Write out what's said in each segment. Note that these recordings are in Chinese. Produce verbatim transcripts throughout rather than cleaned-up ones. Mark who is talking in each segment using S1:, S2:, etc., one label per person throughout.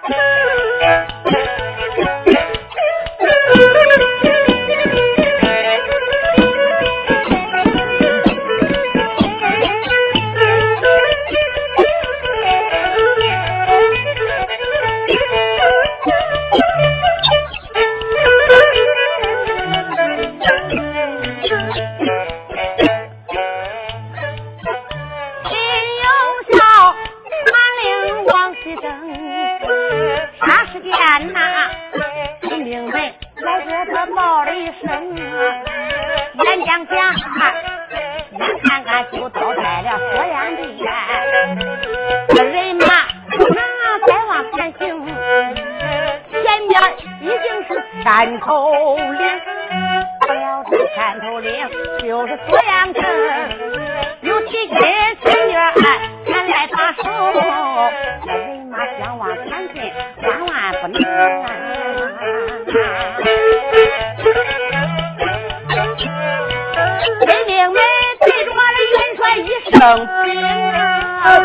S1: 山头岭，不了这山头岭就是锁阳城，有几只青鸟前来把守，那人马相望前进，万万不能。人命们对着我的元帅一声兵啊，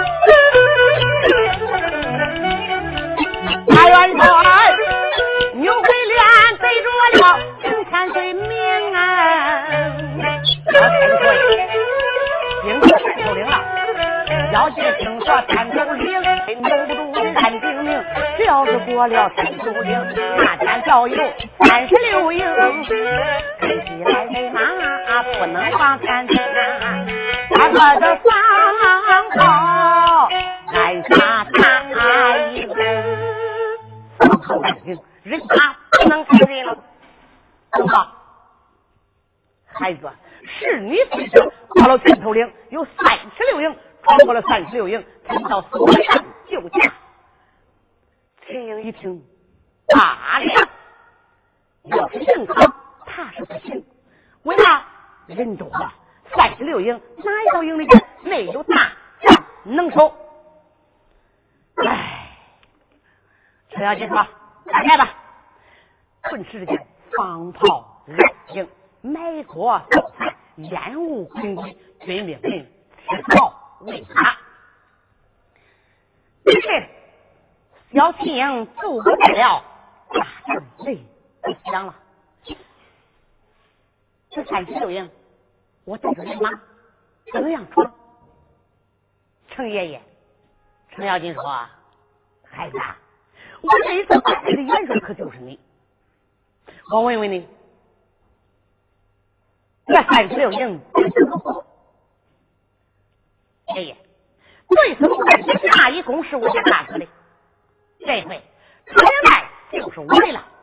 S1: 大元帅牛回脸对着我了成千岁命啊，老千岁兵到山头岭了，要记听说山头岭谁留不住山顶命，只要是过了山头岭那天就有三十六营，跟起来人马不能往前进啊，大个的放炮按下大营，放炮安静，人马不能开人了。怎么孩子，是你飞车到了山头岭有三十六营，穿过了三十六营才到锁阳救驾。秦英一听大了，要是正常他是不行，为啥人多了三十六营哪一条营里边没有大将能守？哎，陈小姐说大开吧，顿时之间放炮安静，埋锅烧菜，烟雾滚滚，军兵们吃炮为他。于是小秦营走过来了，大阵雷响了。这三十六营我带着人马怎么样闯？程爷爷，程咬金说，孩子啊，我这一次带来的元帅可就是你，我问问你，这三十六营怎么过？爷爷，对此不干是哪一公是我家大哥的，这回现在就是我的了。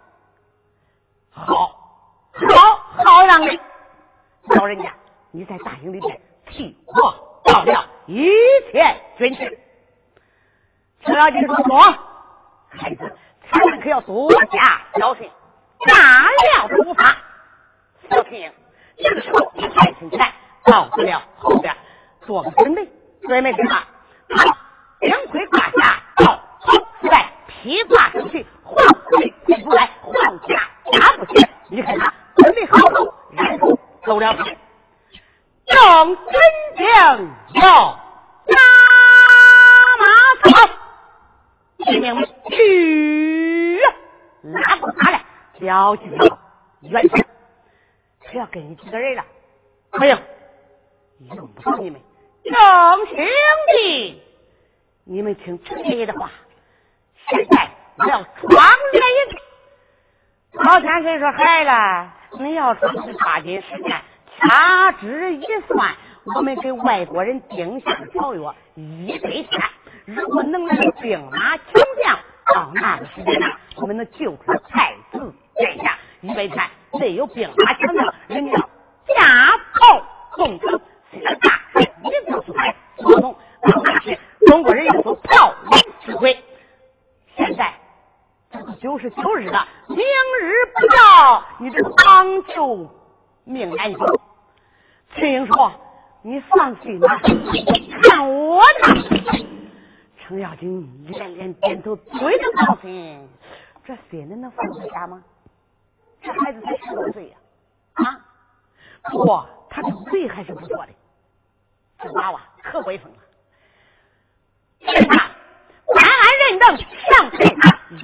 S1: 好，好，好让你老人家，你在大营里边替我报了一切军事。程咬金说：“说，孩子，千万可要多加小心，大料都无法。”小秦，这个时候你抬起来，到不了后边做个准备，准备什么？好，两盔胯下，到头在披挂上去，黄腿进出来，黄甲加不起。你看他准备好了，然后走了片。正真将要打马草，军兵们去拉过他来，交进了元帅，他要跟你几个人了。没有，用不着你们，众兄弟，你们听程爷爷的话，现在我要闯人。老天谁说孩子，你要说是抓紧时间，掐指一算，我们给外国人定下条约一百天，如果能来个兵马强将，到那个时间呢，我们能救出太子殿下。一百天没有兵马强将，人家加炮攻城，虽然大海一定是快所通，到那时中国人要说炮兵指挥。现在这个九十九日了，明日不到，你这长久命难保。秦英说：“你放心吧，看我的。”程咬金连连点头，嘴都高兴，这心里能放得下吗？这孩子才十多岁呀、啊，啊！不过他的嘴还是不错的，这娃娃可威风了。现在安安认凳上台，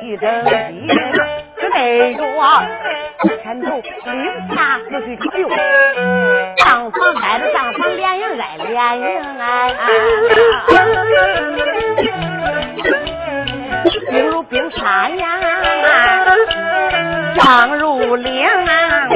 S1: 气正气，只得着前头领下四岁长幼，上房挨着上房，连营挨连营哎，兵如冰山呀，上如岭啊，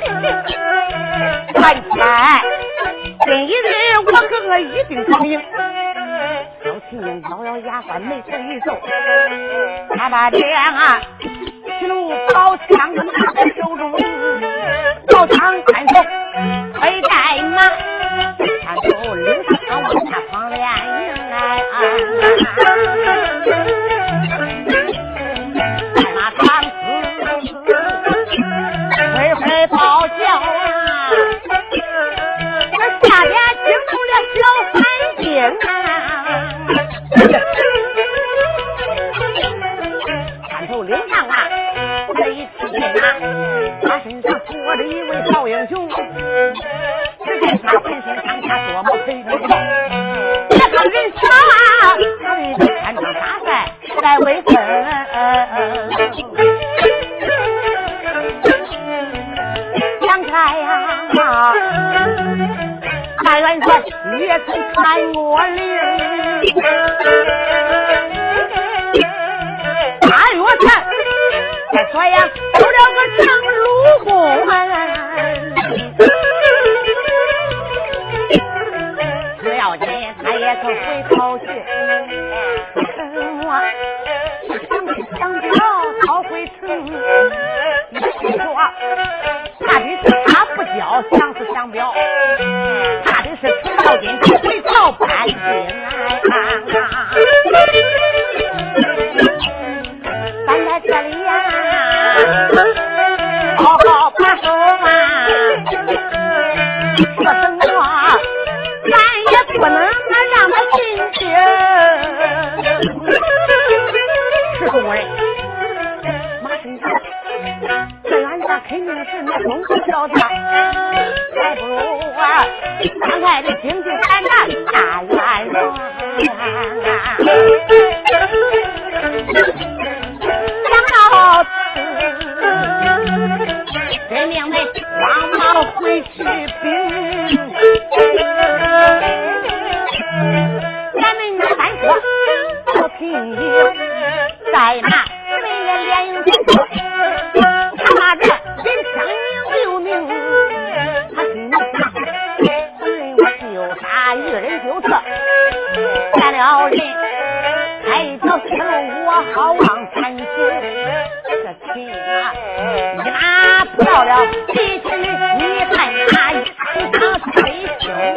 S1: 看起来今日我可一定成名。小青英咬咬牙关，眉头一皱，他把这样啊一路宝枪拿在手中，宝枪看手推带马，他就领上往下方连营来啊，带马长嘶挥挥宝叫啊，这下边惊动了小寒星啊，看头领上啊这一匹马，他身上坐着一位小英雄，只见他浑身上下多么肥美，别看人小啊，他为这看场大赛实在威风。想开呀，但愿说也曾看过灵，八月前在锁阳有了个长卢宫，只要紧他也曾回头去，想想表他回城，你说大抵是他不交相思相表，大抵是程咬金他回朝搬进来啊，咱在这里呀好好把手啊，说什么咱也不能让他进去，是中国人马身上这俺家肯定是那种不潇洒，还不如啊赶快的精精胆胆大元帅，想到真命的慌忙回去兵，咱们那三说不平营，在那没人连营他妈的人生有名，他心里想人我就杀一人就撤，见了人开一条血路我好往前行，这亲啊你妈扑到了地区，你看他一场飞行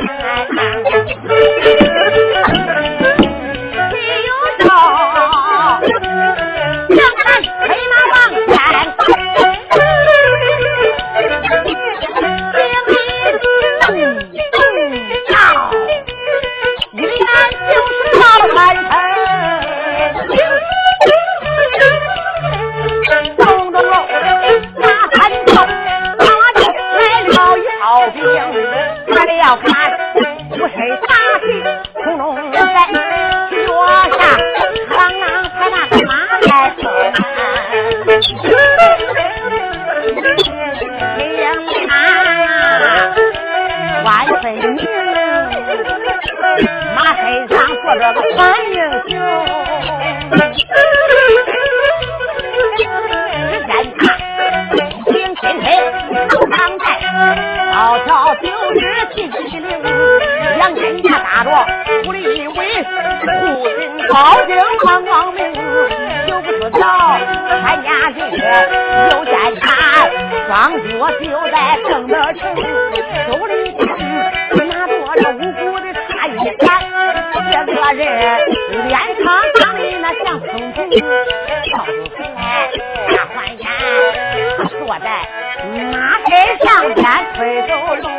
S1: 没有招让咱飞马往前要看不谁打起空中在脚下啷啷他那个马来听啊万分明，马身上坐着个反英雄，只见他领天黑头长在高挑就是气气灵，两根家打着不立为护军高兴光光明，就不知道参加这个又见他双脚就在正德城，手里拿着这五谷的茶叶杆，这个人脸上长得那像风尘，跳出回来大欢颜，他坐在马身上边推手龙，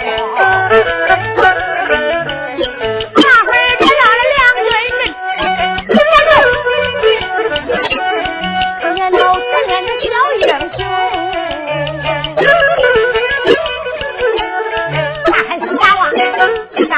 S1: 那会儿知道了两军人，可年头可年的小英雄，大汉是大王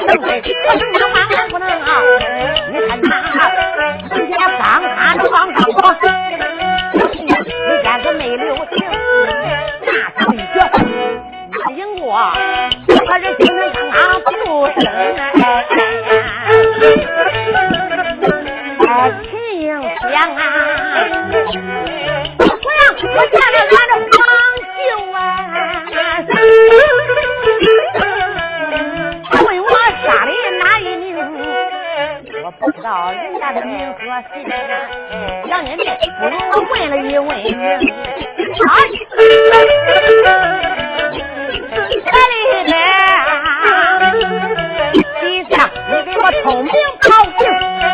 S1: 能飞，我能能万万不能啊！你看他，人家刚他就往上跑，你见个没留情，那上一脚，那赢过，可是精神刚刚不生哎，哎，秦英香啊，我呀，我见了俺的黄舅啊。他问我杀的哪一名，我不知道人家的名和姓啊。杨金妹不如我问了一问名。哎，这里边，地上你给我聪明报信，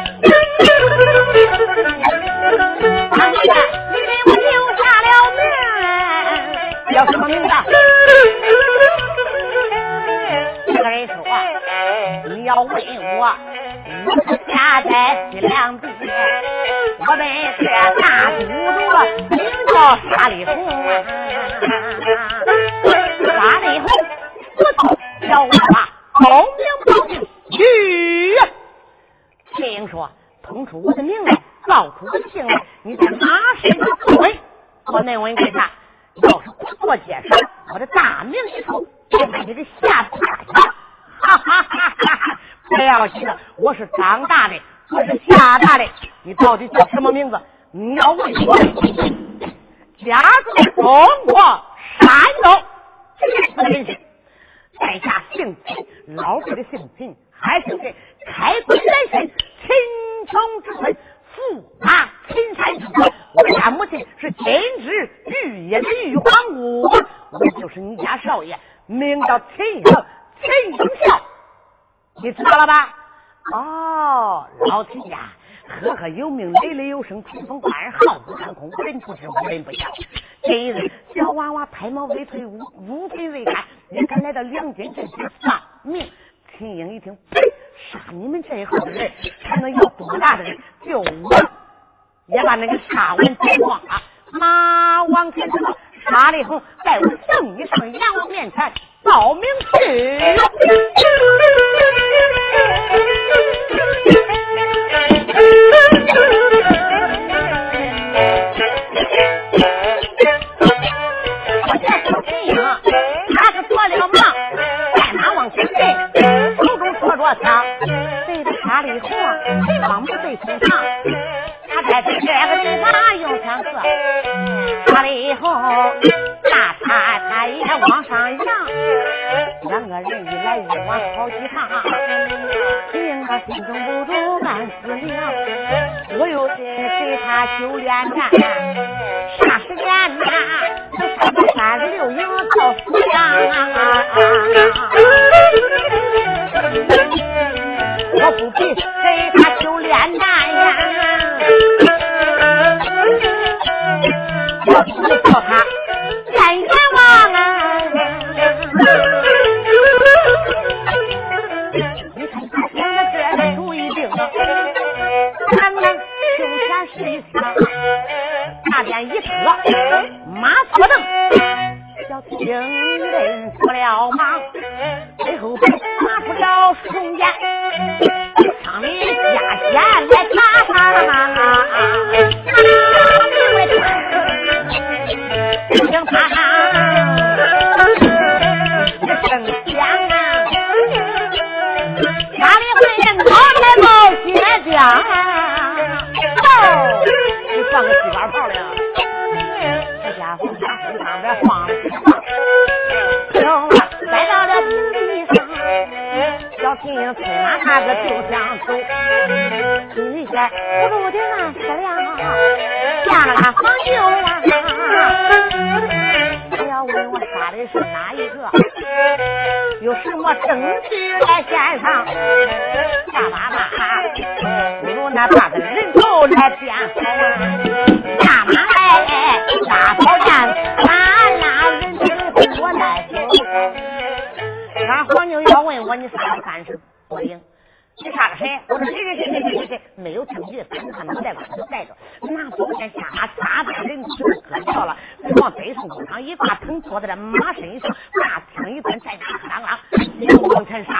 S1: 当年你给我留下了名，叫什么名字？人说你要问我，我是家在西凉地，我们是大都督，名叫沙里红啊。沙里红不错，叫我把聪明报信去。听说通出我的名来，报出我的姓来，你在哪身上问？我问问干啥？要是不做解释，我的大名一出，就把你给吓死了。哈哈哈哈！不要紧的，我是长大的，我是厦大的，你到底叫什么名字？你要问我，家住中国山东，这是人姓，在下姓秦，老辈的姓秦，还是给开国元神，秦琼之孙，驸马秦山之子。我家母亲是金枝玉叶的玉皇姑，我就是你家少爷，名叫秦英。陈英孝，你知道了吧？哦，老秦家赫赫有名，磊磊有声，通风贯耳，浩子看空，人不知无人不晓。这一日，小娃娃胎毛未退，五五腿未干，也敢来到两间镇去丧命。秦英一听，呸！杀你们这一号的人，才能有多大的人？就我也把那个杀文给忘了。马往前走，沙里红在我圣衣上杨王面前报名去。我这说秦英，他是做了忙，在马往前进，手中说着枪，对着沙里红往不对身上。他在这个地方用枪射，杀了以后，大他他也往上扬，两个人一来一往好几趟，秦英他心中不住暗思量，我有心给他修炼战，啥时间呐？能上到三十六营到四阳啊！我不必给他修炼战呀！我不会叫他见阎王啊！你看他想的这个主意定了，刚刚胸前是一枪，那边一扯，马错蹬，小青人出了忙，背后边拿出了松烟，上面加钱来打他。听他一声响啊，家里会脑袋冒血浆，哦，你放个西瓜炮了，这家伙把身上边放了，行了，来到了地上，小秦英催马那个就想走，心里边不住的暗思量，见了他黄舅啊。不要问我杀的是哪一个，有什么证据来献上？下马吧，不如那八个人头来见好啊！下马来，大宝剑，俺拉人头我来走。俺黄牛要问我，你杀了三十多营。你杀了谁？我说谁谁谁谁谁谁谁，没有证据，反正他脑袋瓜子带着，拿宝剑下马，扎把人就割掉了，往背上弓上一挂，腾坐在这马身上，大枪一端，在那当啷，往前杀了。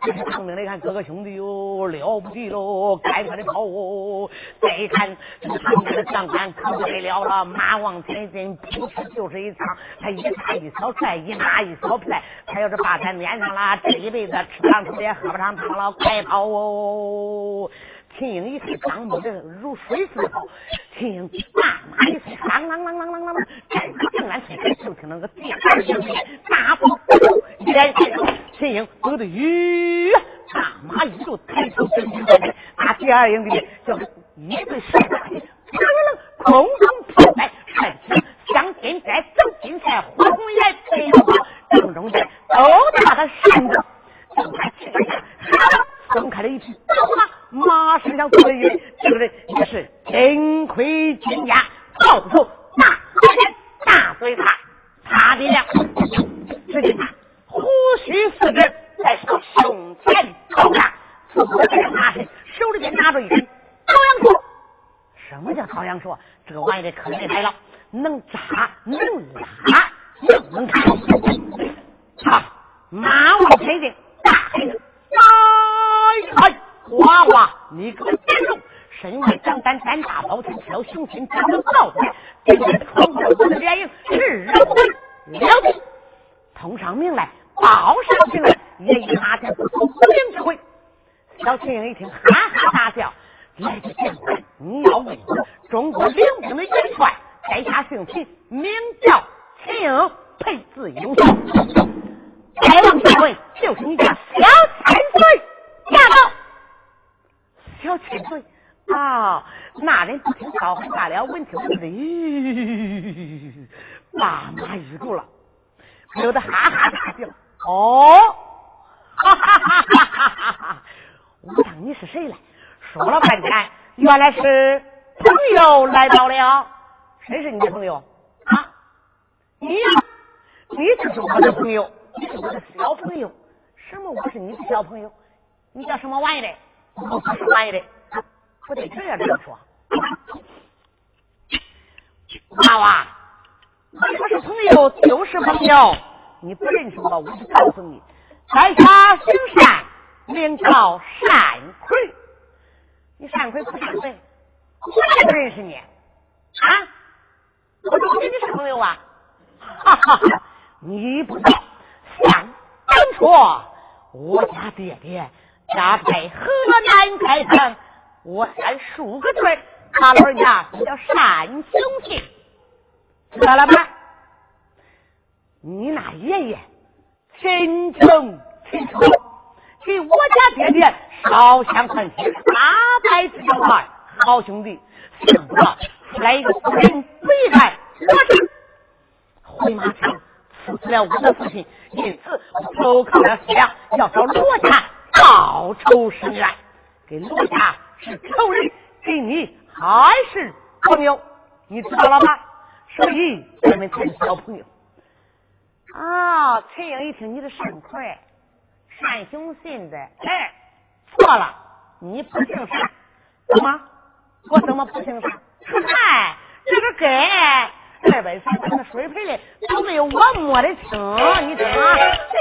S1: 这是当兵的看哥哥兄弟哟，了不起喽，赶快的跑哦！再一看旁边的长官可不得了了，马往前进，噗嗤就是一枪，他一大一小帅，一马一小帅，他要是把他撵上了，这一辈子吃不上也喝不上汤了，快跑哦！秦英一看张猛的如水似的跑，秦英大马一催，啷啷啷啷啷啷，站上正安催开，就听那个第二声大步一连抬头，秦英得的吁，大马一路抬头真真真真，那第二营里就是一对手打的，空中飘来，闪起向天在走金赛火红岩飞过，正中间都打的闪着，就他气势下松开了一匹刀马，马身上坐了一人，这个人也是金盔金甲，抱头大黑人，大嘴巴，他的亮，只见他胡须四指，在手胸前高大，四个这个马身手里边拿着一根朝阳锁。什么叫朝阳锁？这个玩意儿可厉害了，能扎能拉又能看。好，马往前进，大黑的来来，哗哗，你给我站住！身外张胆胆大包天挑雄心，张着造来，这个冲着我的脸影是人会了不。通上名来，报上情来，也以马天不出名之会。小秦英一听，哈哈大笑。来自将官，你要问我中国领兵的元帅，在下姓秦，名叫秦英，配字永孝。再往下问，就是你家小千岁驾到。小千岁啊，那人不听高喊大了，闻听我的咦，把马语住了，有的哈哈大笑。哦，哈哈哈哈哈哈哈！我当你是谁来？说了半天，原来是朋友来到了。谁是你的朋友啊？你呀，你就是我的朋友，你是我的小朋友。什么？我是你的小朋友？你叫什么玩意的？我不是玩意的，不对，这样这样说。娃娃，你说是朋友就是朋友，你不认识我，我就告诉你，在下行善，名叫善魁。你善魁不善魁，我也不认识你啊！我怎么跟你是朋友啊？哈哈哈！你不知道，想当初我家爹爹家在河南开城，我三数个岁，他老人家叫单雄信，知道了吧？你那爷爷亲情亲仇，给我家爹爹烧香换钱，八百次交换，好兄弟，想不到出来一个夫人被害罗氏，回马枪刺死了我的父亲，因此我投靠了思量，要找罗家报仇伸冤，给罗家是仇人，给你还是朋友，你知道了吧？所以我们才是小朋友。啊、哦，陈英一听你的善魁单雄信的，哎，错了，你不姓单，怎么？我怎么不姓单？嗨，这个根二百三三的水培里都没有我摸的清，你听啊。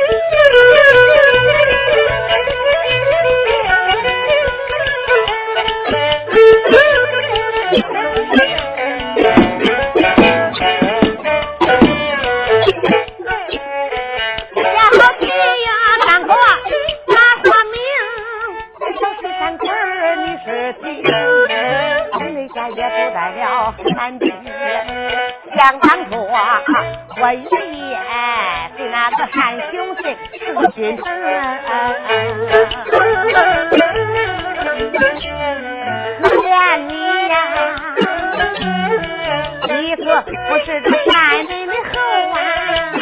S1: 三弟，想当初啊，我爷爷对那个单雄信是个君臣，可怜你呀，你可不是个善人的后啊，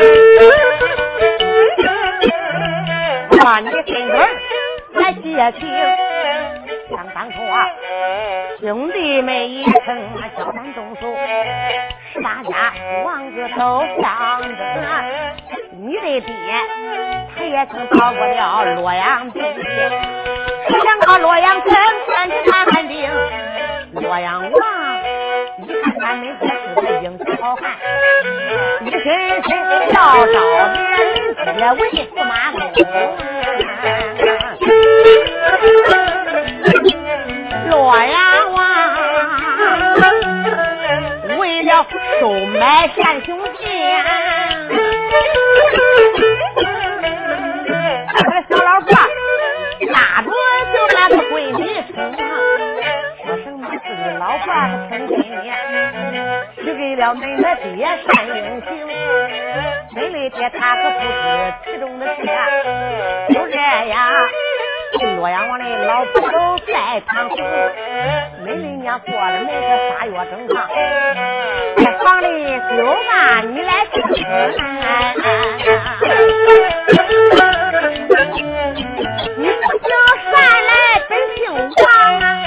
S1: 把你身边来接听。想当初啊，兄弟们一称交战动手，十八家王子都想着你的爹，他也曾到过了洛阳地，没想到洛阳城全是他汉兵，洛阳王一看他们这是个英雄好汉，一身身要找别人也为驸马公。 真真许给了恁的爹单英雄，恁的爹他可不是其中的事啊。就这样，洛阳王的老婆都在堂中，恁的娘过了没个仨月正常，在房里就把你来吃。你不姓单来真姓王啊，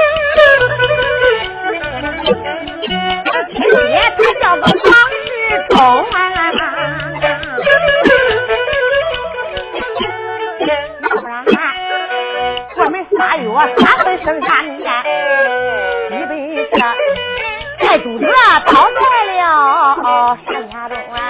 S1: 亲爹他叫个王世忠啊，要不然啊我们仨月三岁生下你呀，一辈子在肚子倒在了山崖中啊。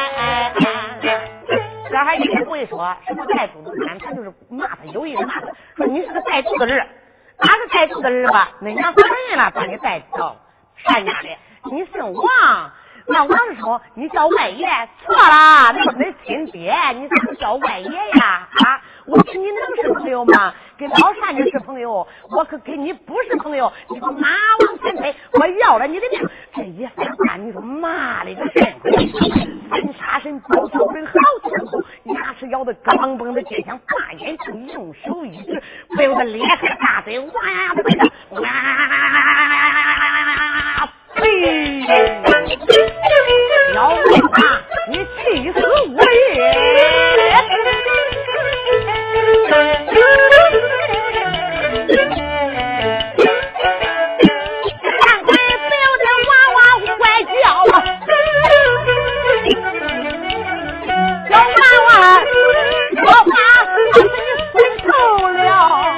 S1: 这还一不会说什么带肚子人，他就是骂他，有意人骂他，说你是个带肚子人，哪是带肚子人吧？恁娘承认了，把你带到山家里，你姓王，那王世忠你叫外爷，错了，那是恁亲爹，你咋叫外爷呀？啊，我跟你能是朋友吗？跟老单你是朋友，我可跟你不是朋友。你说马往前推，我要了你的命。这一番话，你说骂了一个神翻杀神包小人好痛苦，牙齿咬得刚嘣的尖像大眼睛，用手一指，不由得咧开大嘴，哇呀的哇呸！要问他，你气死我也！看看不要这娃娃怪叫啊！小娃娃，我把你分透了。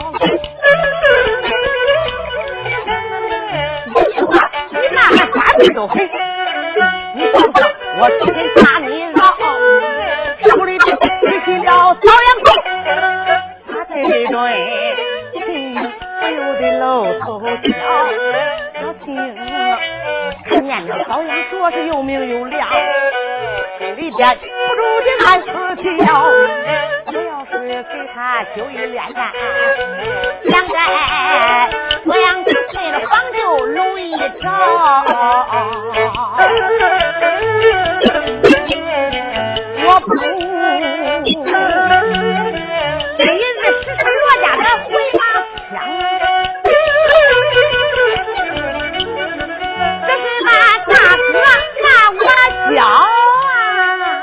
S1: 你那还啥子都会，你看看我今天打你绕，手里就举起了扫阳头，他这对不由得露头角，小青看见了扫阳说是又明又亮，心里边不住的暗思起了，我要是给他揪一脸蛋，想在我阳就配了房就容易找，我不这一日是罗家的回马枪，这是把大哥拿我教啊！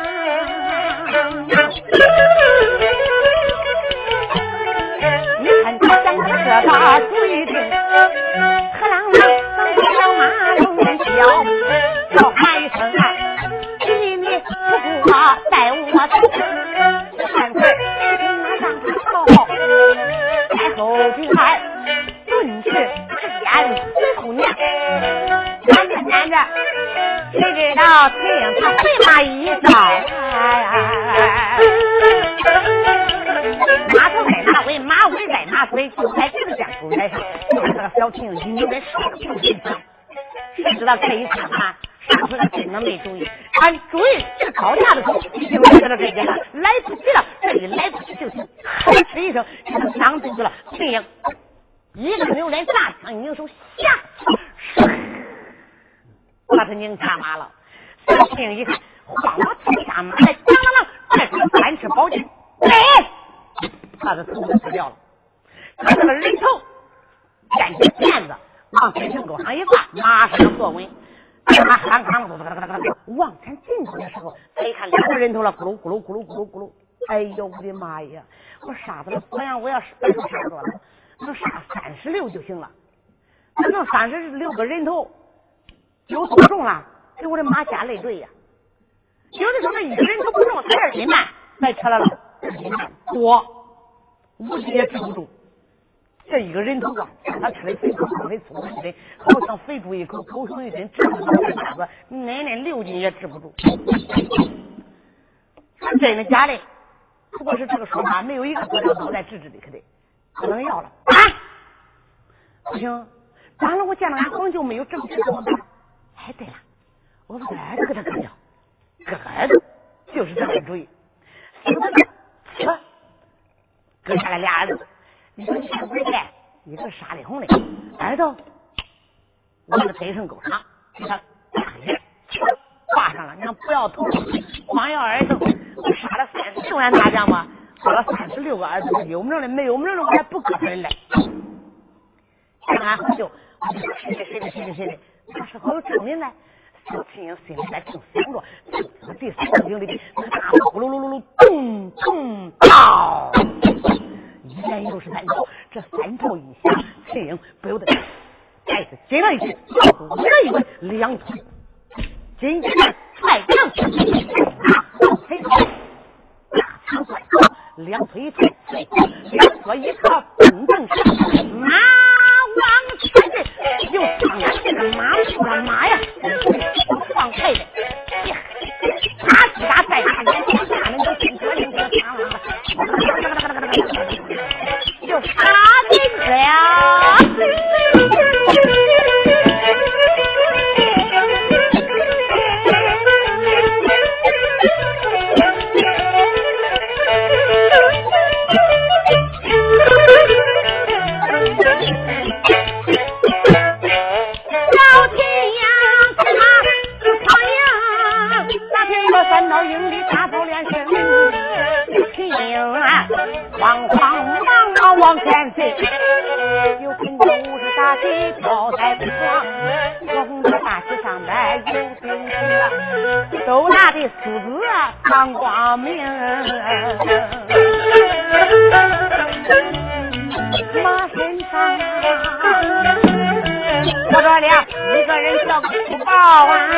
S1: 你看他想的这个主意定，何啷啷上过了马龙桥，叫喊一声啊！你你不顾我带我走，看看那让他走，在后边顿时眼死后娘，看着看着，谁知道听他回马一招，马头在马尾，马尾在马腿，就在这个江沟台上，就这个小青你们上就一枪，谁知道这一枪啊？上次他真的没注意，他注意这吵架的时候已经来到了这边了，来不及了，这一来不及就听哼哧一声，就能挡住了。听影一个扭脸大枪拧手下，把他拧下马了。小青一看，慌忙跳下马来，当啷啷，再出三尺宝剑，哎，他的头就死掉了。他这个人头站起辫子，往天秤沟上一挂，马上坐稳。他喊喊往前进去的时候，他一看两个人头了，咕噜咕噜咕噜咕噜咕噜，哎呦我的妈呀！我杀他了，我想我要白手杀多了，能杀三十六就行了。那能三十六个人头，有多重了？给我的马加累赘呀！有的时候那一个人头不重，才二斤半，再扯了了，二斤半多，五斤也治不住。这一个人头啊，他吃的肥口口的粗一针，好像肥猪一口，口口一针，治不住这下子，奶奶六斤也治不住。是真的假的？不过是这个说法，没有一个国家都在治治的，可得不能要了啊！不行，完了我见了俺黄舅没有证据怎么办？哎，对了，我把儿子给他割掉，割儿子就是这个主意。死了，割下来俩儿子。你说你看不是的，一个杀的红的，儿子我的腿上够长，给他挂上了，你看不要头，光要耳朵，我杀了三十六员大将嘛，杀了三十六个儿子，有名的没有名的我还不搁人来。看完后就谁的谁的谁的谁的，那时候有证明来。小秦英心里在正想着，就第三个营里，那大火呼噜噜噜噜，咚咚到，一连又是三招，这三招一下，秦英不由得再次紧了一句，又回了一回，两腿紧紧的踹两腿，大腿大长快高，两腿一踹，两脚一靠，蹬蹬上，马往前进，又上来这个马出了马呀！放配的，打起打再打，他们都听着听着唱了，就杀进了。三道营里大炮连声，秦英啊，慌慌忙忙往前进，有很多武士大旗飘在不爽，火红的大旗上边有兵士，都拿的狮子放光明。马身上坐着了一个人叫个土包啊。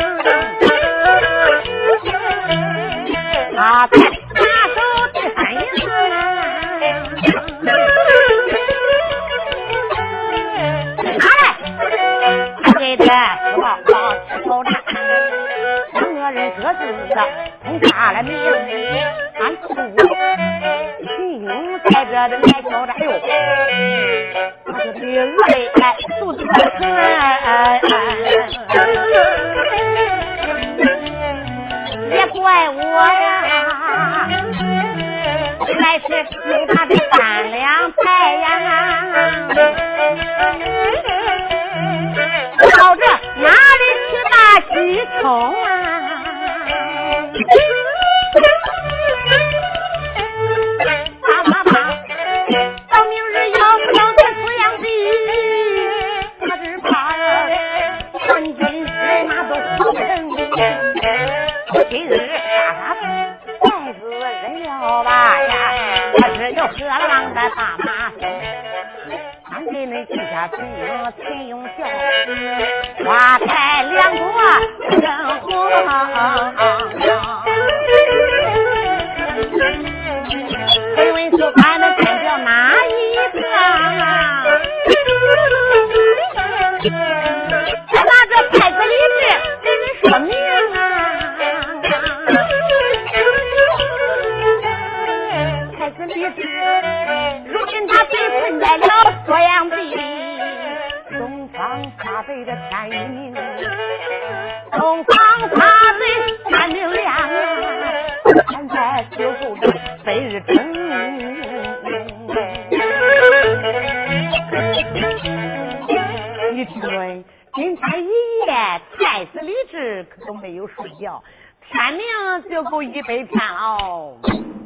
S1: 他在拿手第三营拿来，他给他四宝宝吃口茶，两个人各自的从家来明，俺哭秦英在这的来交战哟，他就得累来肚子疼。也怪我呀，来是有他的三两菜呀，靠着哪里去打西冲啊？爸爸爸，到明日要不要在濮阳地？他只怕呀，全军人马都死成。今日杀他送死人了吧呀！他只有喝了浪的大马声，俺给你记下秦英秦永孝，花开两朵真黄。回问说他们代表哪一个？他拿着太子李治给你说明啊！如今他被困在了濮阳地，东方发北的天一明，东方发北天明亮啊！现在就够着北日正。你听闻今天一夜太子李治可都没有睡觉，天明就够一百天了。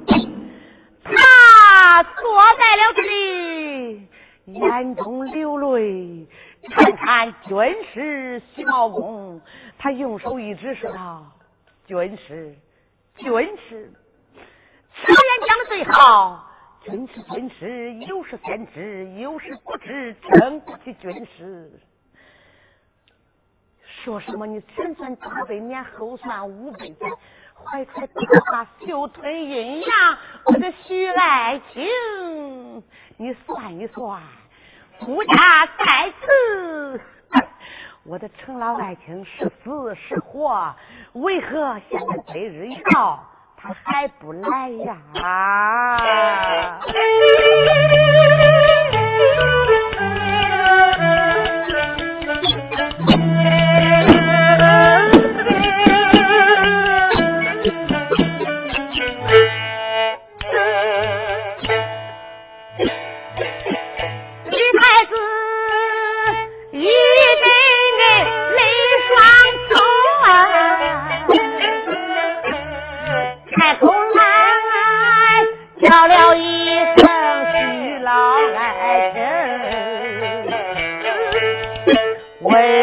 S1: 他坐在了这里，眼中流泪，看看军师徐茂公，他用手一指说道：“军师，军师，此言讲的最好。军师，军师，有时先知，有时不知，真不起军师。说什么你前算八百年，后算五百载。”怀揣大把休吞阴阳，我的徐爱卿，你算一算，夫家在此，我的程老爱卿是死是活？为何现在北日一到，他还不来呀？李太子一对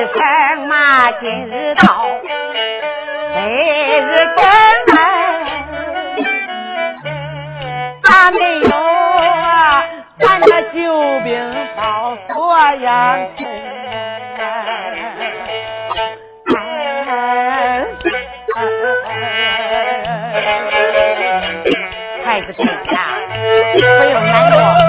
S1: 什么今日到，每日真来，咱没有咱的救兵好所养成，孩子天下不用难过。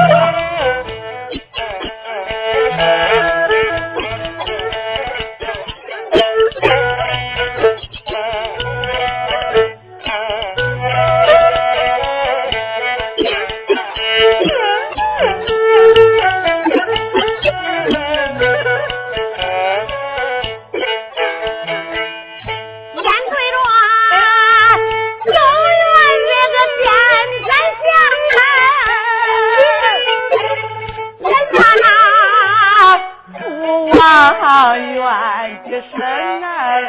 S1: 愿之神儿，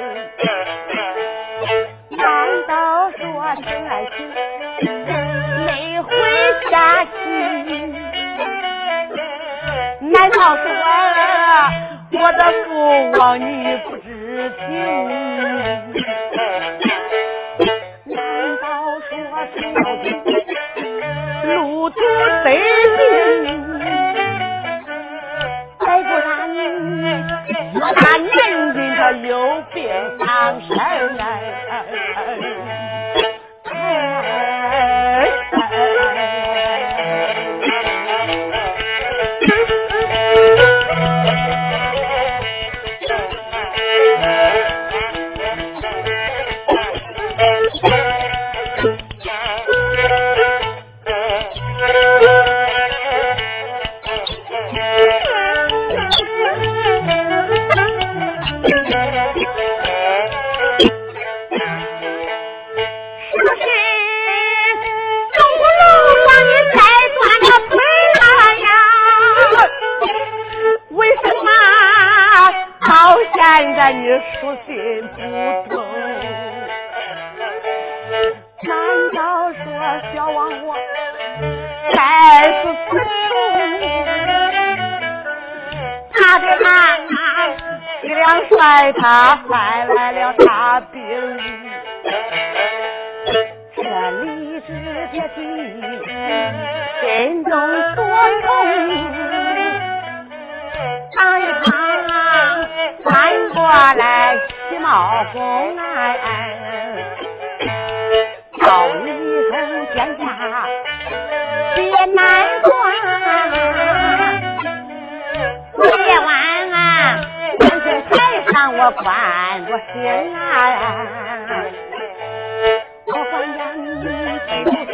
S1: 难道说真爱情没回下去？难道说我的父王你不知情？难道说陈老君路途费劲？再不然我大年纪他有病丧身哎哎现在你书信不通，难道说小王我该是死穷？他的妈妈脊梁衰，他患来了大病，这理智铁骑心中所痛。当一场翻过来喜茂公哎，叫一声天下别难关，夜晚啊关心台上我关着心啊，我管着你谁不